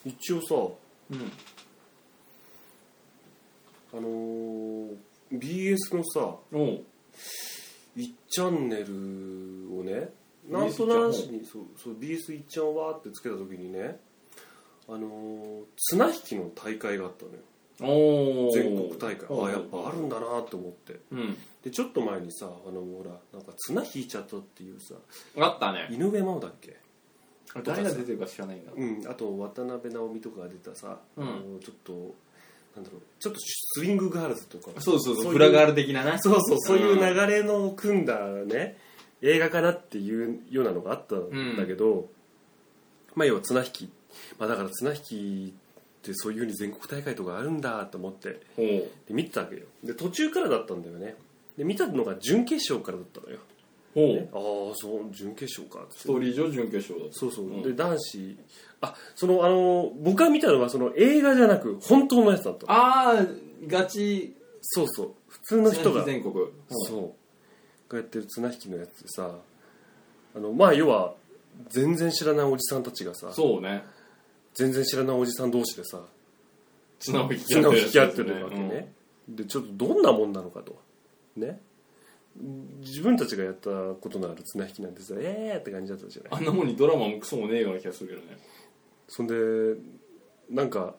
一応さ、BS のさ1チャンネルをね、なんとなしにそう BS1 ちゃんをわーってつけた時にね、綱引きの大会があったのよ。全国大会。やっぱあるんだなって思って、でちょっと前にさほらなんか綱引いちゃったっていうさあったね。 井上真央だっけ、 誰が出てるか知らないんだ。 あと渡辺直美とかが出たさ、ちょっとなんだろう、ちょっとスイングガールズとか、 そうフラガール的なね、 そういう流れの組んだね映画かなっていうようなのがあったんだけど、要は綱引き、だから綱引きってそういう風に全国大会とかあるんだと思ってで見てたわけよ。で途中からだったんだよね。で見たのが準決勝からだったのよ。そう準決勝かってストーリー上準決勝だった。 そう、で男子僕が見たのはその映画じゃなく本当のやつだった。 ガチ。 そう普通の人が全国がやってる綱引きのやつでさ、要は全然知らないおじさんたちがさ、 そうね、 全然知らないおじさん同士でさ綱を引き合ってるわけね、でちょっとどんなもんなのかとね、自分たちがやったことのある綱引きなんてさって感じだったじゃない。 あんなもんにドラマもクソもねえような気がするけどね。 そんでなんか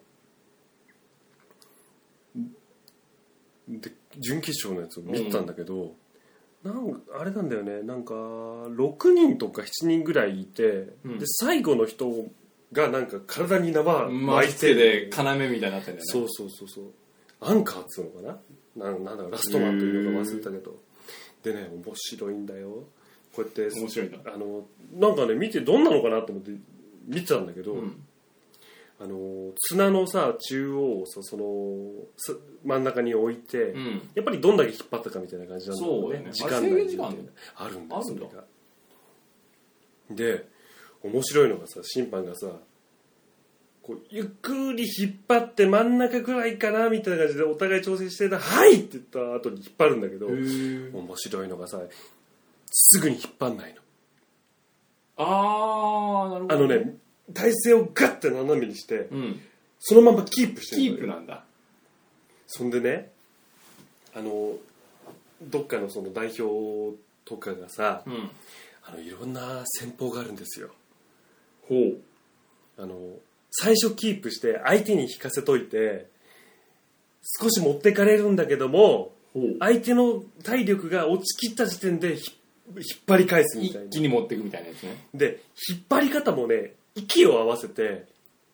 で準決勝のやつを見てたんだけど、あれなんだよね、なんか6人とか7人ぐらいいて、で最後の人がなんか体に縄巻いてで要みたいになってんだよね。 そうアンカーっつうのかな、なんだラストマンというのが忘れたけど、でね面白いんだよ。こうやって面白いんだ。 なんかね見てどんなのかなと思って見てたんだけど、綱のさ中央をさその真ん中に置いて、やっぱりどんだけ引っ張ったかみたいな感じなんだよね。時間内にあるんだよそれが。で面白いのがさ、審判がさこうゆっくり引っ張って真ん中くらいかなみたいな感じでお互い調整してたはいって言った後に引っ張るんだけど、面白いのがさすぐに引っ張んないの。なるほどね。体勢をガッて斜めにして、そのままキープしてるのよ。 キープなんだ。 そんでね、どっかのその代表とかがさ、いろんな戦法があるんですよ。最初キープして相手に引かせといて少し持ってかれるんだけども、相手の体力が落ちきった時点で引っ張り返すみたいな、 一気に持っていくみたいなやつね。 で引っ張り方もね息を合わせて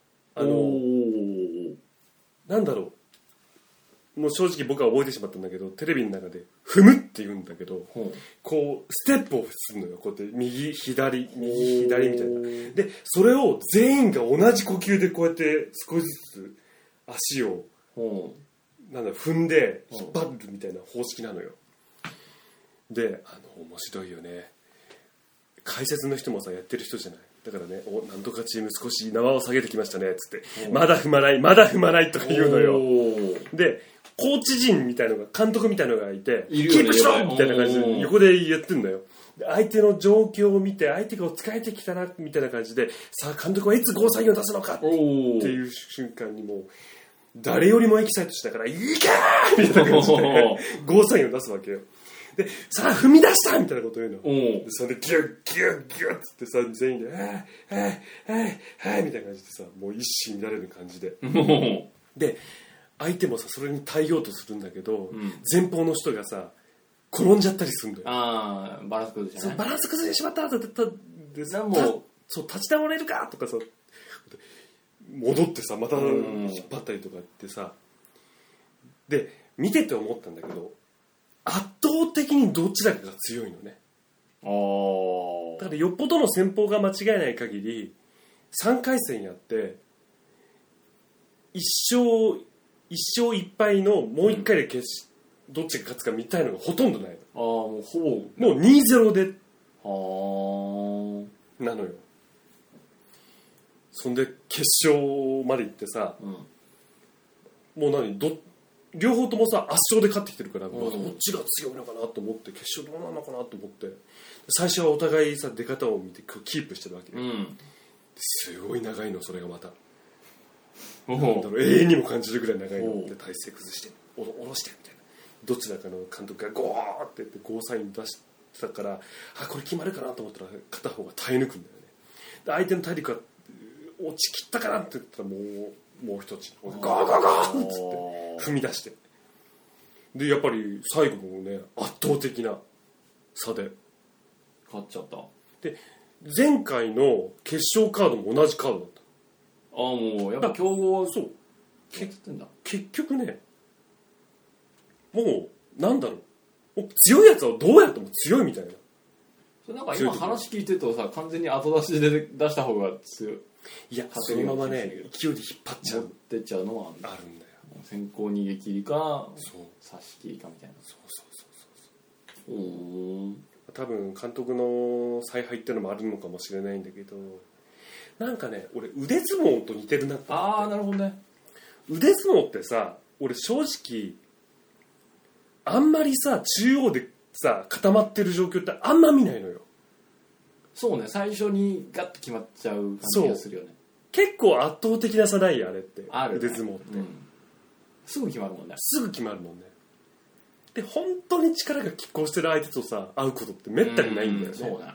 なんだろう、もう正直僕は覚えてしまったんだけど、テレビの中で踏むって言うんだけど、こうステップをするのよ。こうやって右左みたいな。でそれを全員が同じ呼吸でこうやって少しずつ足を踏んで引っ張るみたいな方式なのよ。で面白いよね。解説の人もさやってる人じゃない。だからね、なんとかチーム少し縄を下げてきましたねっつってまだ踏まないとか言うのよ。でコーチ陣みたいのが監督みたいのがいてキープしろみたいな感じで横でやってんだよ。で相手の状況を見て相手が疲れてきたなみたいな感じで、さあ監督はいつゴーサインを出すのかっていう瞬間にもう誰よりもエキサイトしたからいけーみたいな感じでゴーサインを出すわけよ。でさあ踏み出したみたいなこと言うの。でそれでギュッギュッギュッってさ全員ではいみたいな感じでさ、もう一糸乱れる感じでで相手もさそれに耐えようとするんだけど、前方の人がさ転んじゃったりするんだよ。 バランス崩しね。 バランス崩してしまったでさ、もうそう立ち直れるかとかさ戻ってさまた引っ張ったりとかってさ、で見てて思ったんだけど圧倒的にどちらかが強いのね。だからよっぽどの戦法が間違いない限り3回戦やって1勝1敗のもう1回でどっちが勝つかみたいなのがほとんどないの。 もうほぼもう 2-0 でなのよ。そんで決勝まで行ってさ、もう両方ともさ圧勝で勝ってきてるから、どっちが強いのかなと思って決勝どうなのかなと思って最初はお互いさ出方を見てキープしてるわけよ。すごい長いのそれがまたなんだろう、永遠にも感じるぐらい長いので、体勢崩して下ろしてみたいな、どちらかの監督がゴーって言ってゴーサイン出したから、これ決まるかなと思ったら片方が耐え抜くんだよね。で相手の体力が落ちきったかなって言ったらもう一つゴーゴーゴーって踏み出して、でやっぱり最後もね圧倒的な差で勝っちゃった。 で前回の決勝カードも同じカードだった。 もうやっぱ強豪はそう結局ね、もうなんだろう、強いやつはどうやっても強いみたいな。 それなんか今話聞いてるとさ、完全に後出しで出した方が強い。 いや、そのままね勢いで引っ張っちゃう、 持ってっちゃうのはあるんだよ。 先行逃げ切りかそう差し切りかみたいな。 そう多分監督の采配ってのもあるのかもしれないんだけど、なんかね俺腕相撲と似てるなって。 なるほどね。 腕相撲ってさ、俺正直あんまりさ中央でさ固まってる状況ってあんま見ないのよ。 そうね、最初にガッと決まっちゃう感じがするよね。 結構圧倒的な差ないあれって。 ある、ね、 腕相撲って、 すぐ決まるもんね。 すぐ決まるもんね。で本当に力が拮抗してる相手とさ会うことってめったにないんだよね。 そうね。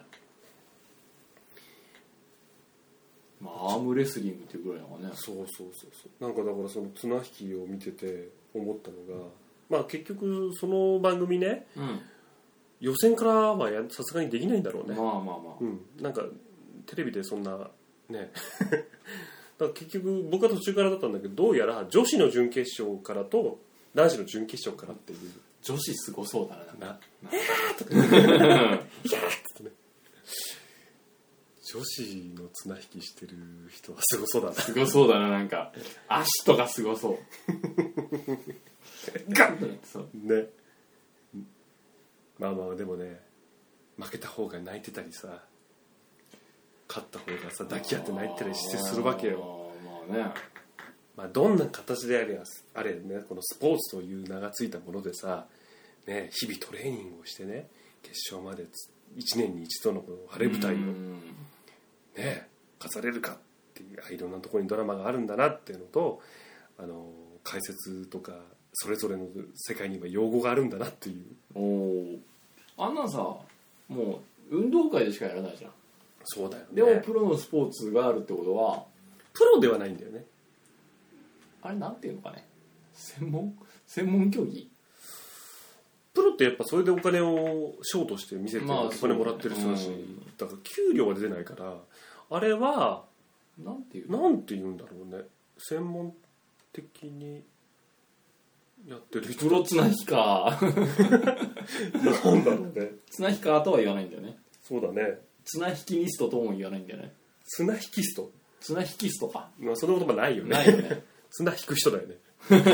アームレスリングっていうぐらいのがね。 そうなんかだからその綱引きを見てて思ったのが、結局その番組ね、予選からはさすがにできないんだろうね。なんかテレビでそんなねだから結局僕は途中からだったんだけど、どうやら女子の準決勝からと男子の準決勝からっていう。 女子すごそうだな。 とかいやーってね、女子の綱引きしてる人はすごそうだな。 すごそうだな、なんか足とかすごそうガンってなってそうね。でもね、負けた方が泣いてたりさ、勝った方がさ抱き合って泣いてたりするわけよ。どんな形であれね、このスポーツという名がついたものでさ、ね、日々トレーニングをしてね、決勝まで1年に一度のこの晴れ舞台をね飾れるかっていう、いろんなところにドラマがあるんだなっていうのと、解説とかそれぞれの世界には用語があるんだなっていう。 あんなんさ、もう運動会でしかやらないじゃん。 そうだよね。 でもプロのスポーツがあるってことは、 プロではないんだよね。 あれなんていうのかね、専門競技。 プロってやっぱそれでお金をショーとして見せてお金もらってる人だし、だから給料は出ないから、あれはなんていうんだろうね、専門的にやってる人。 プロ綱引かなんだろうね。 綱引かとは言わないんだよね。 そうだね。 綱引きニストとも言わないんだよね。 綱引きスト。 綱引きストか。 その言葉ないよね。 ないよね。 綱引く人だよね。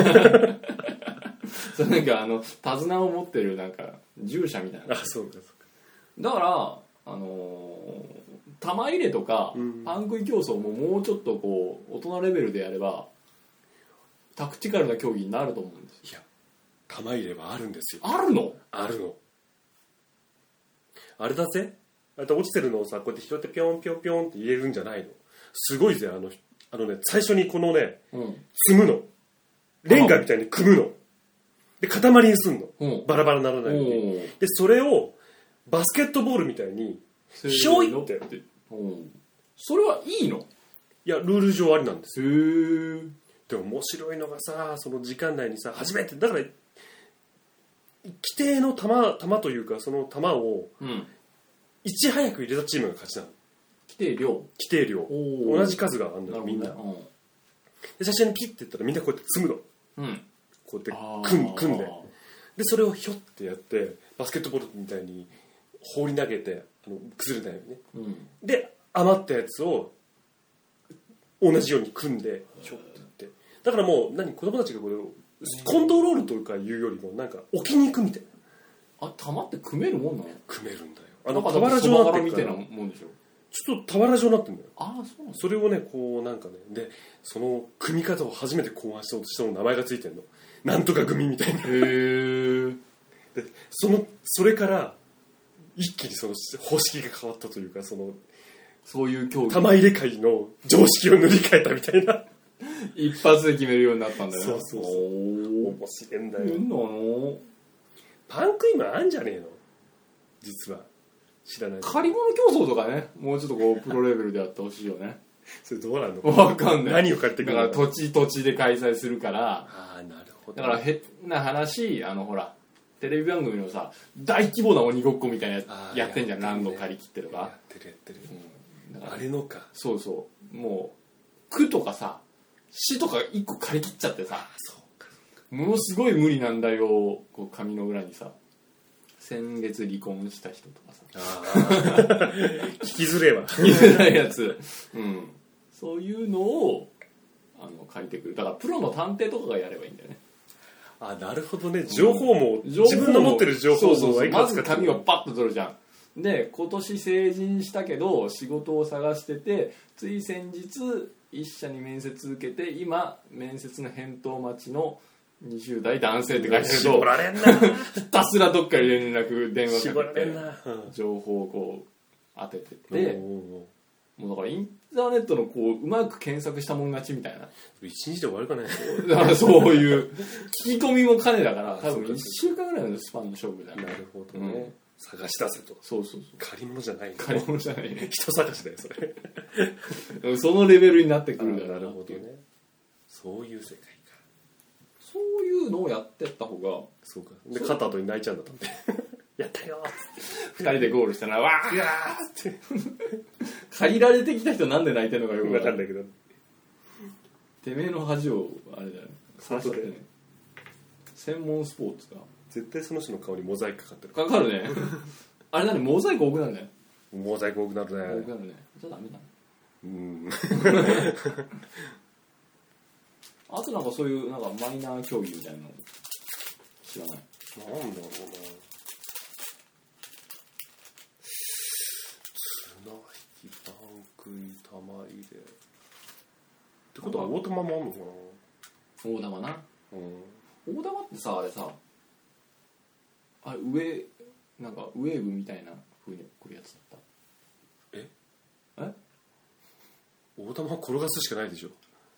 それなんか手綱を持ってるなんか従者みたいな。 そうか。 だから玉入れとかパン食い競争ももうちょっとこう大人レベルでやればタクティカルな競技になると思うんです。 いや、玉入れはあるんですよ。 あるの？ あるの。あれだぜ。落ちてるのをさ、こうやって拾ってピョンピョンピョンって入れるんじゃないの。すごいぜ、最初にこのね、積むの。レンガみたいに組むの。で、塊にすんの。バラバラにならないように。で、それをバスケットボールみたいに、ひょいって。 それはいいの？ いや、ルール上ありなんですよ。でも面白いのがさ、その時間内にさ、初めて、だから、規定の球というか、その球を、いち早く入れたチームが勝ちなの。規定量。同じ数があるんだよ、みんな。で、最初にピッてやったらみんなこうやって積むの。こうやって組んで。で、それをひょってやって、バスケットボールみたいに放り投げて、崩れないようにね。で、余ったやつを同じように組んで、ひょってやって。だからもう、子供たちがこれをコントロールとかいうよりも、なんか置きに行くみたいな。 玉って組めるもんなの？ 組めるんだよ。 俵状になってるから。もんでしょ。 ちょっと俵状になってるんだよ。 そうなの。 それをね、こうなんかね、で、その組み方を初めて考案した人の名前がついてるの。なんとか組みたいな。で、それから一気にその方式が変わったというか、 そういう競技。 玉入れ界の常識を塗り替えたみたいな。 一発で決めるようになったんだよね。 そう面白いんだよ。パンク今あんじゃねえの実は。知らない。 借り物競争とかね、もうちょっとこうプロレベルでやってほしいよね。 それどうなの？ わかんない。 何を借りてくるの？ だから土地で開催するから。 ああ、なるほど。 だから変な話、ほらテレビ番組のさ、大規模な鬼ごっこみたいなやってんじゃん、ランド借り切ってとか。 やってる、だからあれのか。 そうそう、もう区とかさ、市とか一個借り切っちゃってさ、ものすごい無理なんだよ。こう紙の裏にさ、先月離婚した人とかさ、 聞きづれえわ。 聞きづらいやつ、そういうのを借りてくる。だからプロの探偵とかがやればいいんだよね。 あ、なるほどね。情報も、自分の持ってる情報もまず紙をパッと取るじゃん。で、今年成人したけど仕事を探してて、つい先日一社に面接受けて、今面接の返答待ちの20代男性って書いてあると、 絞られんな。 ひたすらどっかに連絡電話かけて情報をこう当ててって、もうだからインターネットのこううまく検索したもん勝ちみたいな。 一日で終わるかね。 だからそういう聞き込みも兼ねだから、多分1週間ぐらいのスパンの勝負だよね。 なるほどね。探し出せと。 そう借り物じゃない。 借り物じゃないね。 人探しだよそれ。そのレベルになってくるんだよ。 なるほどね。そういう世界か。 そういうのをやってった方が。 そうか。で勝った後に泣いちゃうんだと思って。やったよ 2人でゴールしたらわーうわーって借りられてきた人なんで泣いてるのかよく分かんないけど、 てめえの恥をあれだよね、さらしちゃってね。専門スポーツか。 絶対その人の顔にモザイクかかってる。 かかるね。あれなんでモザイク多くなるね。 モザイク多くなるね。 多くなるね。じゃあダメだね。あとなんかそういうなんかマイナー競技みたいなの知らない。 なんだろうな。綱引き、パン食い、玉入れ。ってことは大玉もあんのかな。 大玉な。大玉ってさ、あれさ、あれなんかウェーブみたいな風に来るやつだった。え？ 大玉転がすしかないでしょ。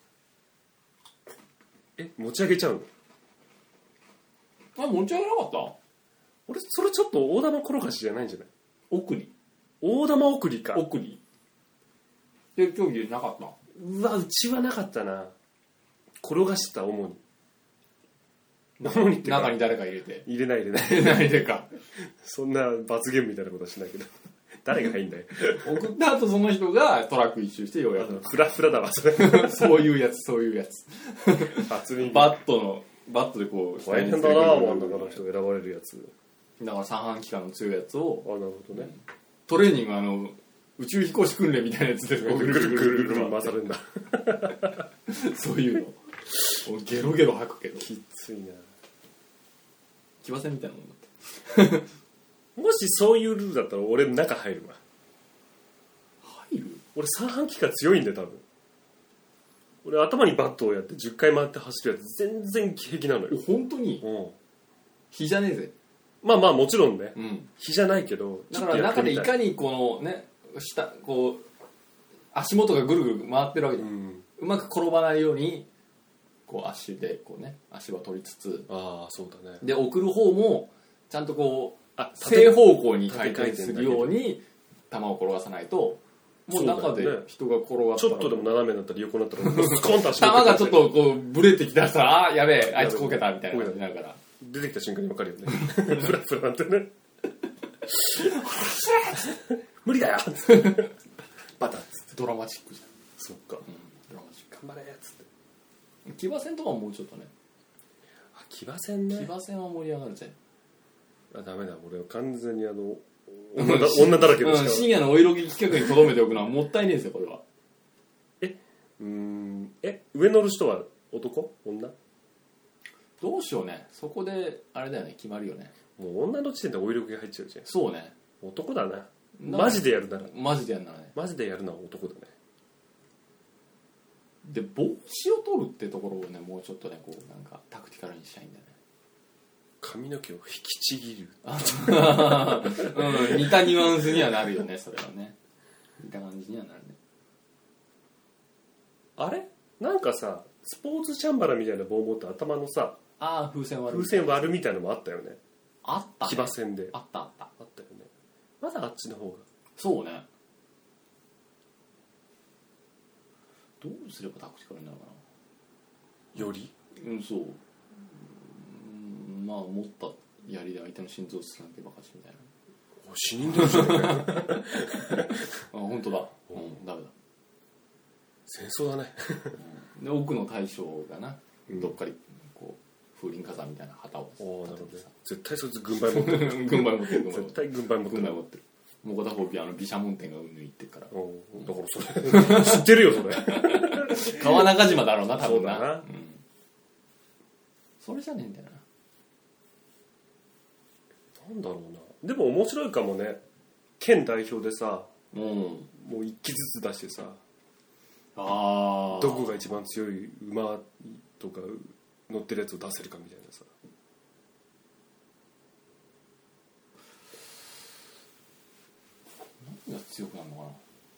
持ち上げちゃうの？ 持ち上げなかった？ 俺それちょっと大玉転がしじゃないんじゃない？ 送り。 大玉送りか。 送りで競技なかった。 うわ、うちはなかったな。転がした主にって中に誰か入れて。 入れないないでか。 そんな罰ゲームみたいなことはしないけど。誰が入んだよ。 送った後その人がトラック一周してようやく。 フラフラだわそれ。 そういうやつ。バットでこう。 大変だな、真ん中の人選ばれるやつ。 だから三半規管の強いやつを。 あ、なるほどね。 トレーニング宇宙飛行士訓練みたいなやつでぐるぐるぐるぐる回されるんだ。 そういうの。ゲロゲロ吐くけど。 きついな。 騎馬戦みたいなもんだって。 もしそういうルールだったら俺中入るわ。 入る？ 俺三半規が強いんで多分。俺頭にバットをやって10回回って走るやつ全然平気なのよ。 本当に？火じゃねえぜ。 まあまあもちろんね、火じゃないけど、 だから中でいかにこのね、下こう足元がぐるぐる回ってるわけで、うまく転ばないようにこう足でこうね、足は取りつつ、 ああそうだね。 で送る方もちゃんとこう正方向に回転するように球を転がさないと、もう中で人が転がったら、 ちょっとでも斜めになったり横になったらスコンと足球がちょっとこうブレてきたら、あやべえあいつこけたみたいな感じになるから。 出てきた瞬間に分かるよね。フラフラなんてね。無理だよ。バタッつってドラマチックじゃん。 そっか。 ドラマチック。 頑張れっつって。 騎馬戦とかももうちょっとね。 騎馬戦ね。 騎馬戦は盛り上がるぜ。 ダメだ、俺は完全に女だらけでしか。 深夜のお色気企画に留めておくのはもったいねえですよこれは。 上乗る人は男？女？ どうしようね。そこであれだよね、決まるよね。 もう女の時点でお色気が入っちゃうじゃん。 そうね。 男だな。マジでやるなら。 マジでやるならね。 マジでやるのは男だね。 で帽子を取るってところをね、もうちょっとね、こうなんかタクティカルにしたいんだよね。 髪の毛を引きちぎる。 似たニュアンスにはなるよね、それはね。似た感じにはなるね。 あれなんかさスポーツチャンバラみたいな棒持って頭のさ風船割るみたいなのもあったよね。 あったね。 騎馬戦であったあったよね。まだあっちの方がそうね。どうすればタクティカルになるかな。 よりそう。まあ持った槍で相手の心臓をつなげば勝ちみたいな。 死人同士だね本当だ。ダメだ。 戦争だねで奥の大将がな、どっかにこう風林火山みたいな旗を立ててさ、 絶対そいつ軍配持ってる軍配持ってる。 絶対軍配持ってる。 もう片方毘沙門天がうんぬん行ってるから。 だからそれ知ってるよそれ川中島だろうな多分な。 そうだな、 それじゃねえんだよなんだろうな。でも面白いかもね。県代表でさ、もう一機ずつ出してさ、どこが一番強い馬とか乗ってるやつを出せるかみたいなさ。 何が強くなるのかな。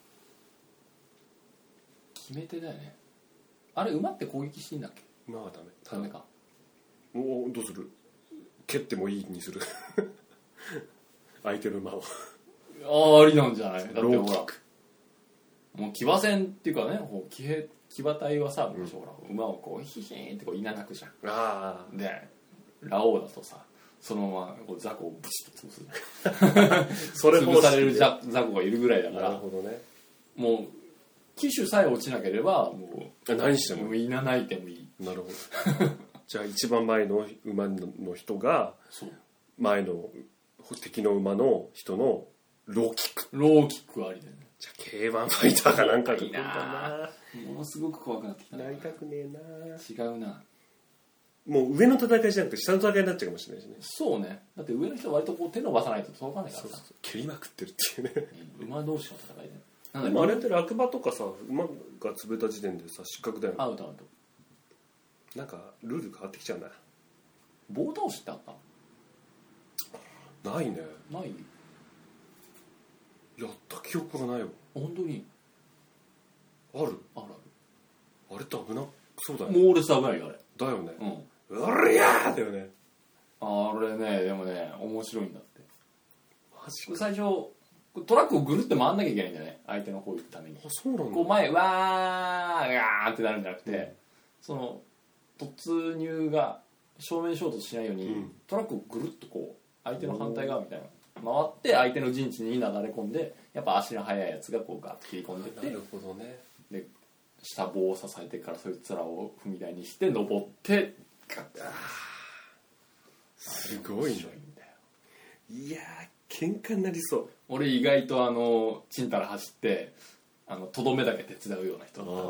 決め手だよね。あれ馬って攻撃していいんだっけ。 馬はダメ。 ダメか。 どうする。蹴ってもいいにする相手の馬をありなんじゃない。だってほらもう騎馬戦っていうかね、騎馬隊はさ、昔ほら馬をこうヒヒーンってこういななくじゃん。でラオウだとさ、そのままこう雑魚をブチッと潰すそれ潰される雑魚がいるぐらいだから。 なるほどね。 もう騎手さえ落ちなければもう何してもいなないてもいい。 なるほどじゃあ一番前の馬の人が前の敵の馬の人のローキックありだよね。 じゃあ K1 ファイターかなんかいいな。ものすごく怖くなってきた。 なりたくねえな。 違うな。 もう上の戦いじゃなくて下の戦いになっちゃうかもしれないしね。 そうね。だって上の人は割とこう手伸ばさないと届かないからさ。 そう蹴りまくってるっていうね馬同士の戦いで。 でもあれって落馬とかさ、馬が潰れた時点でさ失格だよね。 アウト。 なんかルール変わってきちゃうな。 棒倒しってあった？ ないね。 ない？ やった記憶がないよ。 本当に？ ある。あれって危なそうだよね。モーレス危ないよあれ。 だよね。うりゃーだよね。 あれね、でもね面白いんだって。 マジか。 最初トラックをぐるって回んなきゃいけないんだよね、相手の方行くために。 そうなんだ。 こう前わーってなるんじゃなくて、その突入が正面衝突しないように、トラックをぐるっとこう相手の反対側みたいな回って相手の陣地に流れ込んで、やっぱ足の速いやつがこうガッと切り込んでって、 なるほどね。で下棒を支えてからそいつらを踏み台にして登ってガッて。 すごいね。いやー喧嘩になりそう。 俺意外とちんたら走ってとどめだけ手伝うような人だったから。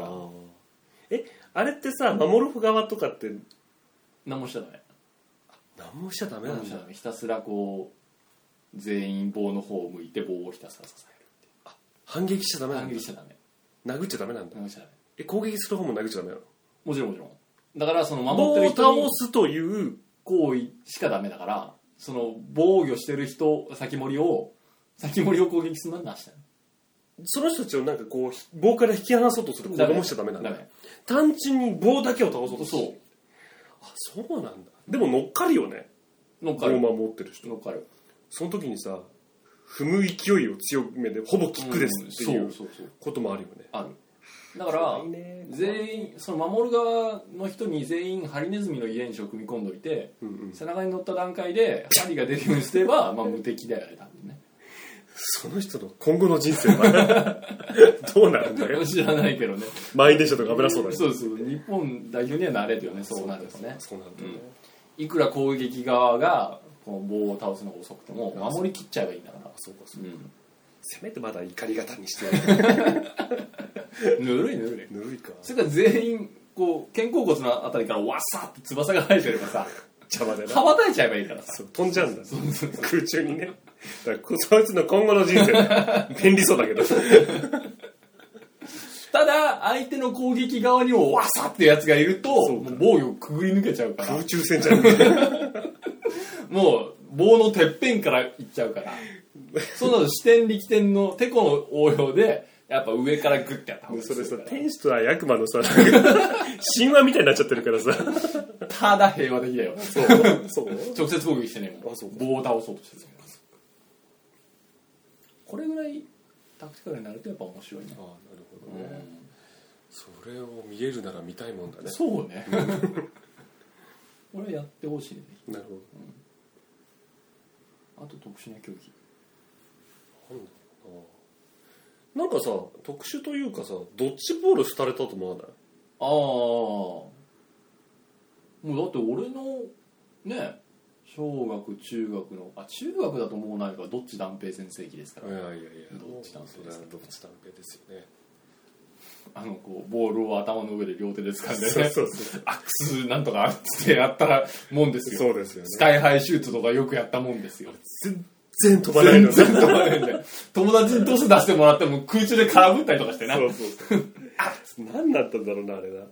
あれってさ、守る側とかって何もしちゃダメ。 何もしちゃダメなんだ。 ひたすらこう全員棒の方を向いて棒をひたすら支えるっていう。 反撃しちゃダメなんだ。 反撃しちゃダメ。 殴っちゃダメなんだ。 殴っちゃダメ。 攻撃する方も殴っちゃダメなの？ もちろん。だからその守ってる人に棒を倒すという行為しかダメだから、その防御してる人先森を攻撃するのはなしだよ。 その人たちをなんかこう棒から引き離そうとする子供しちゃダメなんだ。単純に棒だけを倒そうとする。そう。あ、そうなんだ。でも乗っかるよね。 乗っかる。 棒守ってる人。乗っかる。その時にさ、踏む勢いを強めでほぼキックですっていうこともあるよね。 ある。だから全員その守る側の人に全員ハリネズミの遺伝子を組み込んでおいて、背中に乗った段階で針が出るようにすれば無敵だよね多分ね。 その人の今後の人生はどうなるんだよ。 知らないけどね。 満員電車とか危なそうだね。 そう日本代表にはなれるよね。そうなるとね。 そうなるとね。 いくら攻撃側がこの棒を倒すのが遅くても守りきっちゃえばいいんだから。 そうか。せめてまだ怒り型にしてぬるいか。 それから全員こう肩甲骨のあたりからわっさって翼が生えてればさ邪魔で羽ばたいちゃえばいいからさ。 飛んじゃうんだ。空中にね。だからそいつの今後の人生便利そうだけどただ相手の攻撃側にもわさってやつがいると防御をくぐり抜けちゃうから空中戦じゃんもう棒のてっぺんからいっちゃうからそうなると視点力点のてこの応用でやっぱ上からグッてやった方がいい。 それさ、天使と悪魔のさ神話みたいになっちゃってるからさただ平和的だよ。 そう直接攻撃してね、 あ、そうか。 棒を倒そうとしてる。これぐらいタクティカルになるとやっぱ面白いね。 ああ、なるほどね、それを見えるなら見たいもんだね。 そうねこれやってほしいね。 なるほあと特殊な競技ど。なんかさ、特殊というかさ、ドッジボール廃れたと思わない？ ああ、もうだって俺のね、小学中学の中学だともうないからどっち断平全盛期ですから。 いやどどっち断平ですか。 どっち断平ですよね。 こうボールを頭の上で両手で掴んでね、 そうアックスなんとかってやったもんですよ。 そうですよね。 スカイハイシュートとかよくやったもんですよ。 全然飛ばないの。 全然飛ばないんだよ。友達にトス出してもらっても空中で空振ったりとかしてな。 そう何だったんだろうな、あれな。い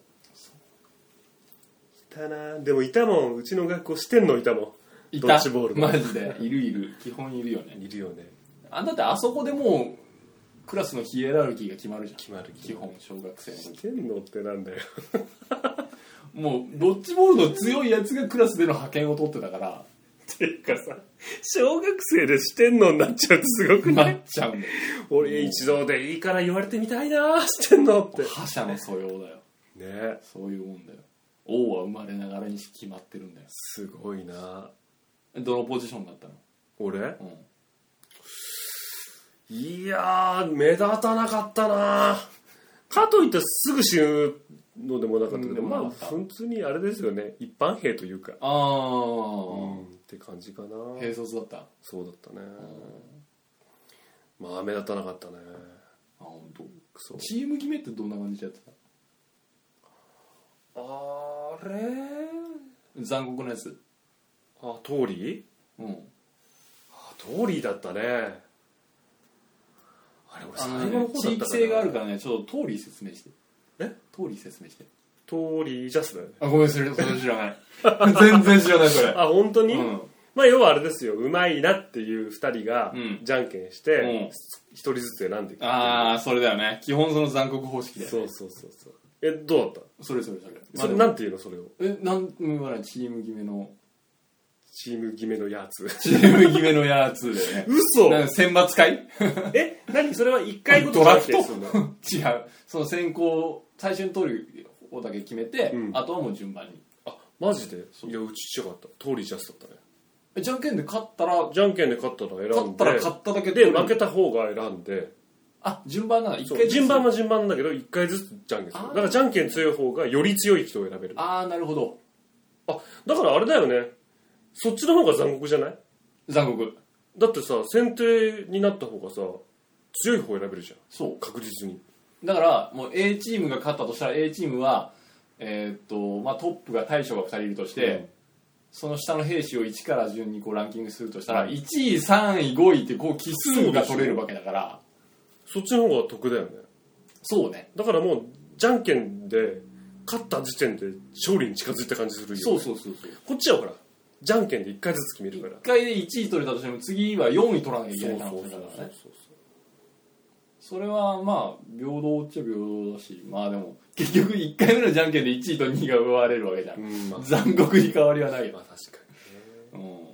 たな。でもいたもん、うちの学校してんのいたもん。 いた。 ドッジボールマジでいる基本いるよね。 いるよね。 だってあそこでもうクラスのヒエラルキーが決まるじゃん。 決まる基本小学生の時。 してんのってなんだよもうドッジボールの強いやつがクラスでの派遣を取ってたから。 っていうかさ、小学生でしてんのになっちゃうとすごくななっい？ ちゃうんだよ。 俺一度でいいから言われてみたいな、してんのって。 覇者の素養だよね。 そういうもんだよ。王は生まれながらに決まってるんだよ。 すごいな。 どのポジションだったの？ 俺？ うん。 いやー、目立たなかったな。かといってすぐ死ぬのでもなかったけど、まあ普通にあれですよね、一般兵というか、って感じかな。 兵卒だった。 そうだったね。まあ目立たなかったね。 本当。 クソ。 チーム決めってどんな感じでやってた？ あれ？ 残酷なやつ。 あ、トーリー？トーリーだったね。あれ俺最後の方だったかな。 地域性があるからね、ちょっとトーリー説明して。トーリー説明して。 トーリージャスだよね。 ごめん、それ知らない全然知らない、それ。 本当に？まあ要はあれですよ、うまいなっていう2人がじゃんけんして1人ずつ選んでいく。 それだよね。基本その残酷方式だよね。 そうどうだった？ それそれなんていうの、それを。 なんも言わない。チーム決めのやつ。 チーム決めのやつでね。 嘘。 選抜会？ 何それは1回ごとドラフト？ 違う。 その先行最初に取る方だけ決めて、あとはもう順番に。 マジで？いや、うち違かった。トーリージャスだったね。 じゃんけんで勝ったらじゃんけんで勝ったら選んで、 勝っただけで負けた方が選んで、 順番なんだ。 順番は順番だけど1回ずつじゃんけんする。だからじゃんけん強い方がより強い人を選べる。 なるほど。 だからあれだよね、そっちの方が残酷じゃない？ 残酷だってさ、先手になった方がさ強い方を選べるじゃん。 そう、 確実に。 だからもう A チームが勝ったとしたら A チームはトップが大将が2人いるとして、その下の兵士を1から順にこうランキングするとしたら、1位3位5位ってこう奇数が取れるわけだから、 そっちの方が得だよね。 そうね。 だからもうじゃんけんで勝った時点で勝利に近づいた感じするよね。 そうこっちはほらじゃんけんで1回ずつ決めるから、 1回で1位取れたとしても次は4位取らなきゃいけない可能性だからね。それはまあ平等っちゃ平等だし、まあでも結局1回目のじゃんけんで1位と2位が奪われるわけじゃん、残酷に変わりはないよ。 確かにね。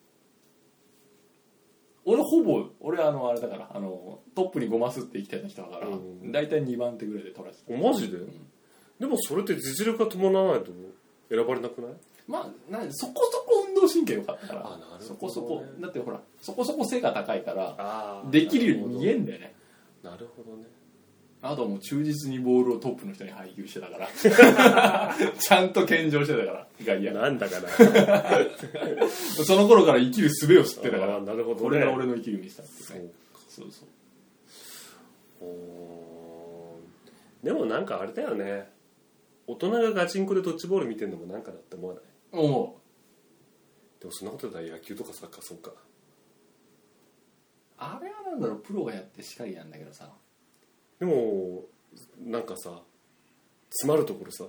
俺あれだからトップに5マスって生きてた人だから、大体2番手ぐらいで取らせた。 マジで？でもそれって実力が伴わないと選ばれなくない？ まあそこそこ運動神経良かったから、 なるほどね。 そこそこだってほらそこそこ背が高いからできるように見えんだよね。 なるほどね。 あとはもう忠実にボールをトップの人に配球してたからちゃんと献上してたから外野なんだかなその頃から生きる術を知ってたから、 なるほどね、 これが俺の生きる道だっていうね。そうでもなんかあれだよね、大人がガチンコでドッジボール見てるのもなんかだって思わない？ 思う。でもそんなことだったら野球とかサッカーそうか。 あれはなんだろう、プロがやってしかりなんだけどさ。 でもなんかさ、詰まるところさ、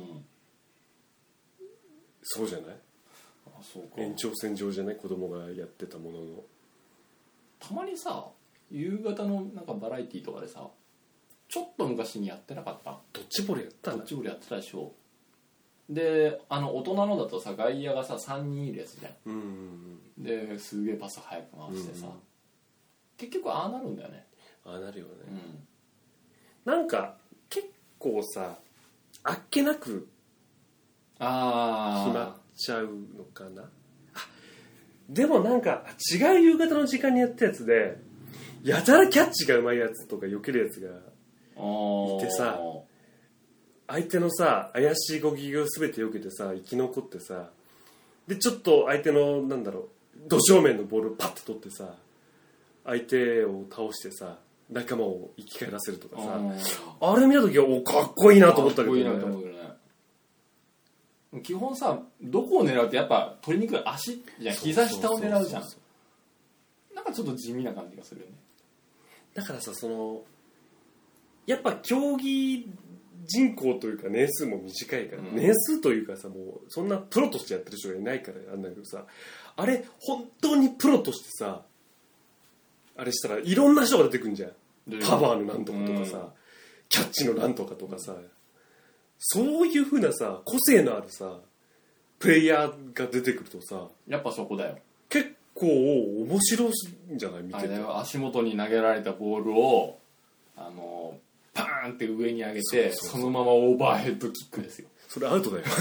そうじゃない？ そうか。 延長線上じゃない？子供がやってたものの。 たまにさ、夕方のなんかバラエティーとかでさ、 ちょっと昔にやってなかった？ ドッジボールやったんだ。 ドッジボールやってたでしょ。で大人のだとさ外野がさ3人いるやつじゃん、 うんうんうん、 ですげえパス早く回してさ、結局ああなるんだよね。 ああなるよね、なんか結構さあっけなく決まっちゃうのかな。でもなんか違う夕方の時間にやったやつでやたらキャッチがうまいやつとか避けるやつがいてさ、相手のさ怪しい動きを全て避けてさ生き残ってさ、でちょっと相手のなんだろうど正面のボールをパッと取ってさ相手を倒してさ仲間を生き返らせるとかさ、あれ見た時はかっこいいなと思ったけどね。かっこいいなと思うけどね。基本さどこを狙うってやっぱ取りにくい足じゃん、膝下を狙うじゃん。なんかちょっと地味な感じがするよね。 だからさやっぱ競技人口というか年数も短いから、年数というかさもうそんなプロとしてやってる人がいないからあんだけどさ、あれ本当にプロとしてさあれしたらいろんな人が出てくるんじゃん。パワーのなんとかとかさ、キャッチのなんとかとかさ、そういう風なさ個性のあるさプレイヤーが出てくるとさやっぱそこだよ。 結構面白いんじゃない？見てて。 あれ足元に投げられたボールをパーンって上に上げてそのままオーバーヘッドキックですよ。 それアウトだよ。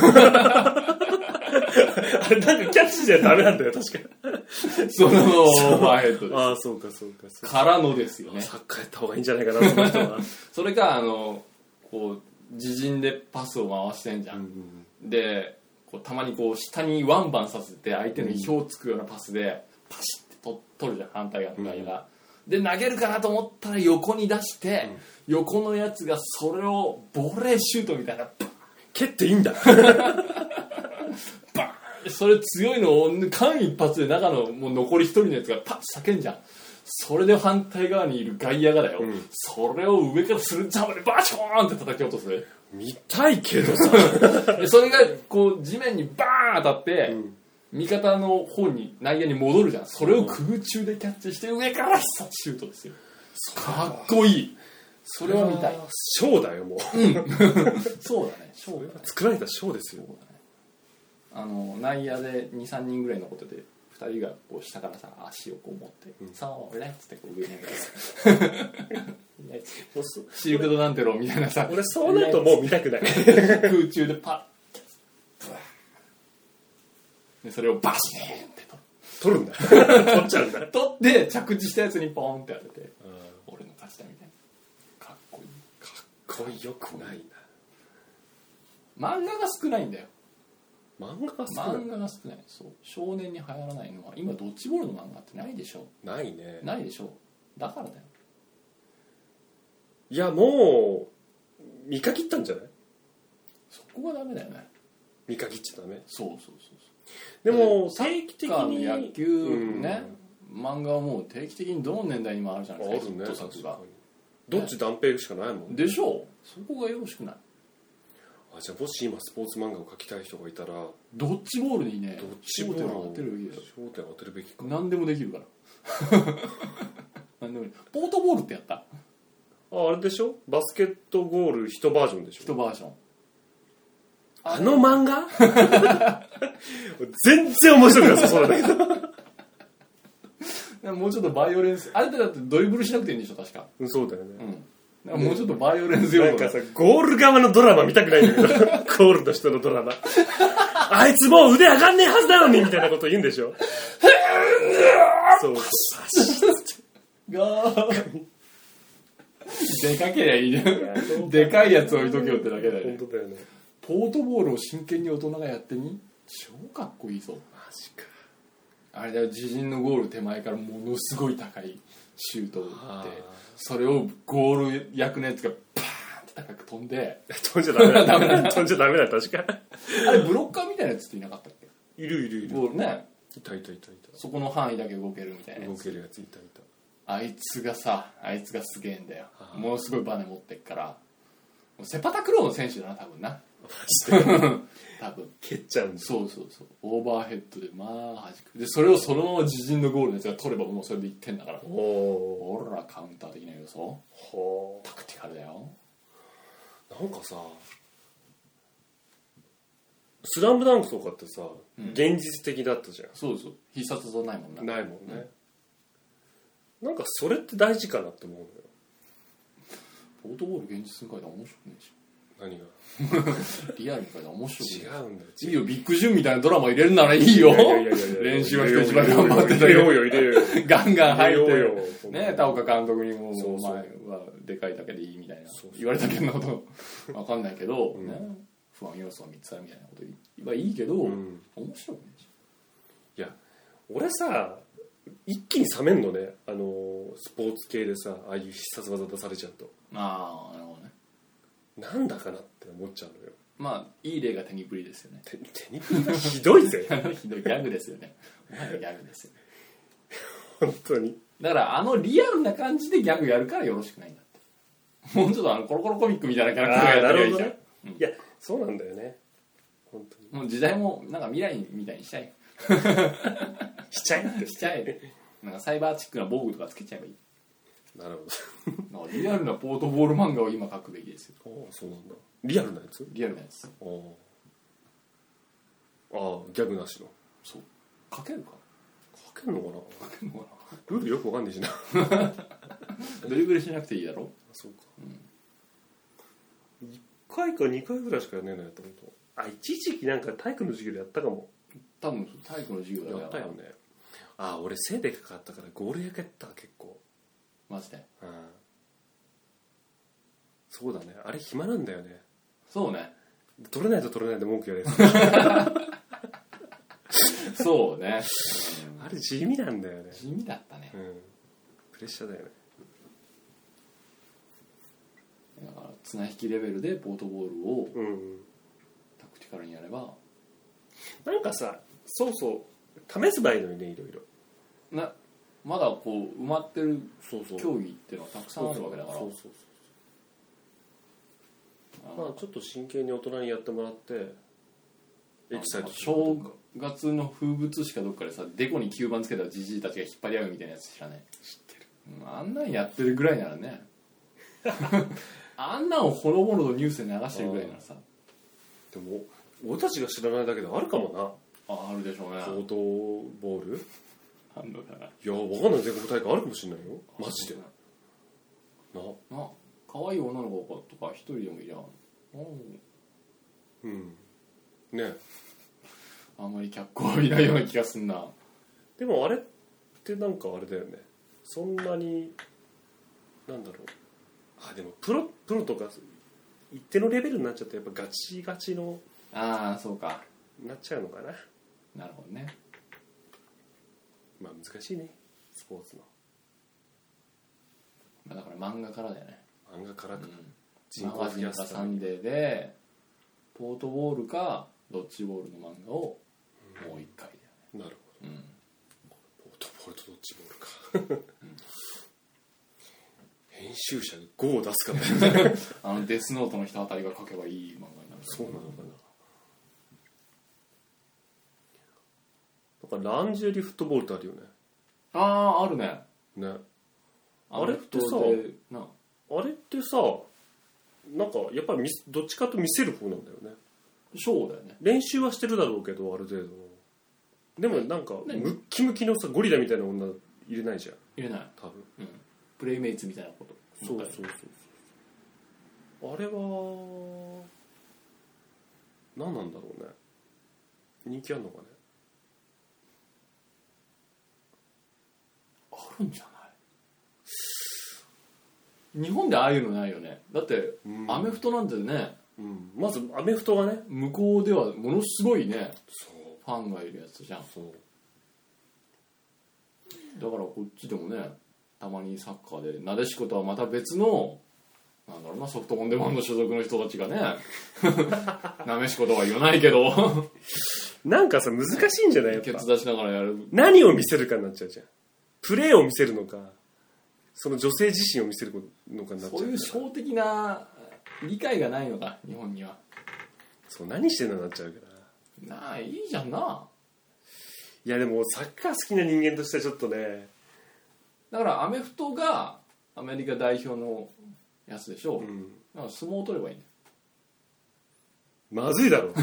あれなんかキャッチじゃダメなんだよ確か。 そのオーバーヘッドです。 ああそうかそうか。 からのですよね。 サッカーやった方がいいんじゃないかなその人は。 それかこう自陣でパスを回してんじゃん、でこうたまにこう下にワンバンさせて相手の意表をつくようなパスでパシッて取るじゃん反対側の外野が、で投げるかなと思ったら横に出して、横のやつがそれをボレーシュートみたいな蹴っていいんだ。 バーン、それ強いのを間一髪で中のもう残り一人のやつがパッ叫んじゃん。それで反対側にいる外野がだよ、それを上からスルージャンプでバチョーンって叩き落とすね。 見たいけどさ。 でそれがこう地面にバーン当たって、味方の方に内野に戻るじゃん。それを空中でキャッチして上から必殺シュートですよ。かっこいい。それは見たい。 ショーだよもう。 そうだね。ショーだね。 作られたショーですよ。 内野で 2,3 人ぐらい残ってて2人がこう下からさ足をこう持って「そう俺」っつってこう上に上げてシルク・ド・ナンテロみたいなさ、 俺そうなるともう見たくない。 空中でパッでそれをバシーンって取るんだ。取っちゃうんだ。 取って着地したやつにポーンって当てて俺の勝ちだみたいな。かっこいい。 かっこよくないな。漫画が少ないんだよ。 漫画が少ない。そう少年に流行らないのは今ドッジボールの漫画ってないでしょ。 ないね。 ないでしょ。だからだよ。 いやもう見限ったんじゃない？ そこがダメだよね。 見限っちゃダメ。 そうでも定期的に野球ね、漫画はもう定期的にどの年代にもあるじゃないですか。ヒット作がどっち断平しかないもんでしょう。そこがよろしくない。 じゃあもし今スポーツ漫画を描きたい人がいたらドッジボールにねドッジボールを焦点を当てるべきだよ。 焦点を当てるべきか。 何でもできるから何でもいい。ポートボールってやった？ あれでしょ、バスケットゴール1バージョンでしょ。 1バージョン。 あの漫画全然面白くなさそうだけどもうちょっとバイオレンスあれってだってドリブルしなくていいんでしょ確か。 そうだよね、 もうちょっとバイオレンス要素なんかさゴール側のドラマ見たくないんだけどゴールの人のドラマあいつもう腕上がんねえはずなのにみたいなこと言うんでしょそうガーでかけりゃいいじゃん。でかいやつ置いとけよってだけだよね。 本当だよね。 ポートボールを真剣に大人がやってみ、超かっこいいぞ。 マジか。 あれだよ、自陣のゴール手前からものすごい高いシュートを打ってそれをゴール役のやつがパーンって高く飛んで飛んじゃダメだ飛んじゃダメだ確か。 あれブロッカーみたいなやつっていなかったっけ？ いるゴールね。 いたそこの範囲だけ動けるみたいなやつ。 動けるやついたあいつがすげえんだよ。ものすごいバネ持ってっからセパタクローの選手だな多分な。 して多分蹴っちゃうんです。 そうオーバーヘッドでまあ弾くでそれをそのまま自陣のゴールのやつが取ればもうそれで1点だからほらカウンター的な要素タクティカルだよ。 なんかさスラムダンクとかってさ、現実的だったじゃん。 そう必殺技ないもんないもんね、なんかそれって大事かなって思うのよ。 ポートボール現実に書いたら面白くないでしょ。 何がリアルに書いたら面白くない。 違うんだよ。 いいよビッグジュンみたいなドラマ入れるならいいよ。練習は人一番頑張ってたけど入れようよガンガン入ってよね田岡監督にもお前はでかいだけでいいみたいな言われたけどなことわかんないけど、ね、不安要素は3つあるみたいなこと言えばいいけど、面白くないでしょ。 いや俺さ一気に冷めんのね、スポーツ系でさああいう必殺技出されちゃうと。 ああなるほどね。 なんだかなって思っちゃうのよ。 まあいい例がテニプリですよね。 テニプリがひどいぜひどいギャグですよね。お前のギャグですよね本当に。 だからリアルな感じでギャグやるからよろしくないんだって。もうちょっとコロコロコミックみたいなキャラクターがやってるじゃん、 いやそうなんだよね本当に。 もう時代もなんか未来みたいにしちゃえしちゃえってしちゃえなんかサイバーチックな防具とかつけちゃえばいい。 なるほなんかリアルなポートボール漫画を今描くべきですよ。 どああそうなんだ。リアルなやつ。 リアルなやつ。 ああギャグなしの。 そう描けるか書けんのかな。 描けるのかルールよくわかんないしなな。ドリブルしなくていいだろ。 そうか、1回か2回ぐらいしかやんねえのやったこと。あ一時期なんか体育の授業でやったかも。 多分体育の授業だやったよね。あ俺背でかかったからゴール焼けた結構。 マジで。 そうだねあれ暇なんだよね。 そうね取れないと取れないで文句言われるそうね、 あれ地味なんだよね。 地味だったね、 プレッシャーだよね。 だから綱引きレベルでポートボールをタクティカルにやれば、 なんかさそう試せばいいのにねいろいろまだこう埋まってるそう競技っていうのはたくさんあるわけだから、 まあちょっと真剣に大人にやってもらってエキサイト正月の風物詩かどっかでさデコに吸盤つけたじじいたちが引っ張り合うみたいなやつ知らない？ 知ってる、 あんなんやってるぐらいならねあんなんをほのぼのとニュースで流してるぐらいならさ。 でも俺たちが知らないだけであるかもな。 あるでしょうね。 ポートボールあんのかな。 いやわかんない。全国大会あるかもしれないよマジでな。 可愛い女の子とか一人でもいりゃね。 あんまり脚光いないような気がすんな。 でもあれってなんかあれだよね。そんなになんだろう。でもプロとか一定のレベルになっちゃってやっぱガチガチのそうかなっちゃうのかな。 なるほどね。 まあ難しいねスポーツの。 だから漫画からだよね。 漫画からか、 人口増やすサンデーでポートボールかドッジボールの漫画をもう一回だよね。 なるほど、ポートボールとドッジボールか、編集者が5を出すからねデスノートの人あたりが書けばいい漫画になる。 そうなのかな。なんかランジェリーフットボールってあるよね。 あるね。 ね。あれってさなんかやっぱりどっちかと見せる方なんだよね。 そうだよね。 練習はしてるだろうけどある程度の。でもなんかムッキムキのさゴリラみたいな女入れないじゃん。 入れない多分、 プレイメイツみたいなこと。 そうあれは何なんだろうね。人気あるのかね。 あるんじゃない。日本でああいうのないよね。だってアメフトなんてね、 まずアメフトがね向こうではものすごいねファンがいるやつじゃん。 そうだからこっちでもねたまにサッカーでなでしことはまた別のなんだろうなソフトオンデマンド所属の人たちがねなめしことは言わないけどなんかさ難しいんじゃない。やっぱケツ出しながらやる。 何を見せるかになっちゃうじゃん。プレーを見せるのかその女性自身を見せるのかになっちゃう。 そういう小的な理解がないのか日本には。 そう何してんのになっちゃうからなあいいじゃんな。 いやでもサッカー好きな人間としてはちょっとね。 だからアメフトがアメリカ代表のやつでしょ、うん、だから相撲を取ればいいんだよ。 まずいだろ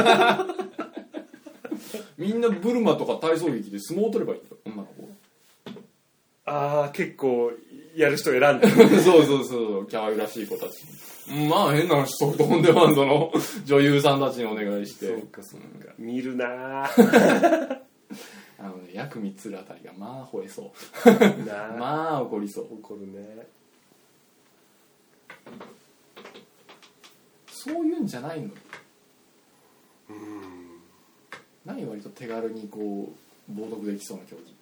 みんなブルマとか体操着で相撲を取ればいいんだよ女の子。 ああ結構やる人選んでそうそうそう可愛らしい子たち。まあ変な話ソフトオンデマンドの女優さんたちにお願いして。 そうかそうか、見るなヤクミツルあたりがまあ吠えそうなまあ怒りそう。 怒るね。 そういうんじゃないの。何割と手軽にこう冒涜できそうな競技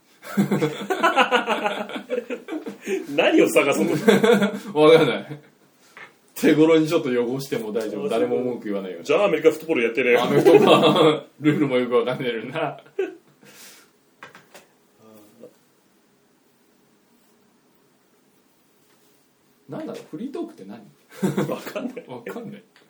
何を探そうとして分かんない。手頃にちょっと汚しても大丈夫。誰も文句言わないよ。 じゃあアメリカフットボールやってね。 アメフトはルールもよく分かんねえるな。なんだろうフリートークって何？ 分かんない。 分かんない。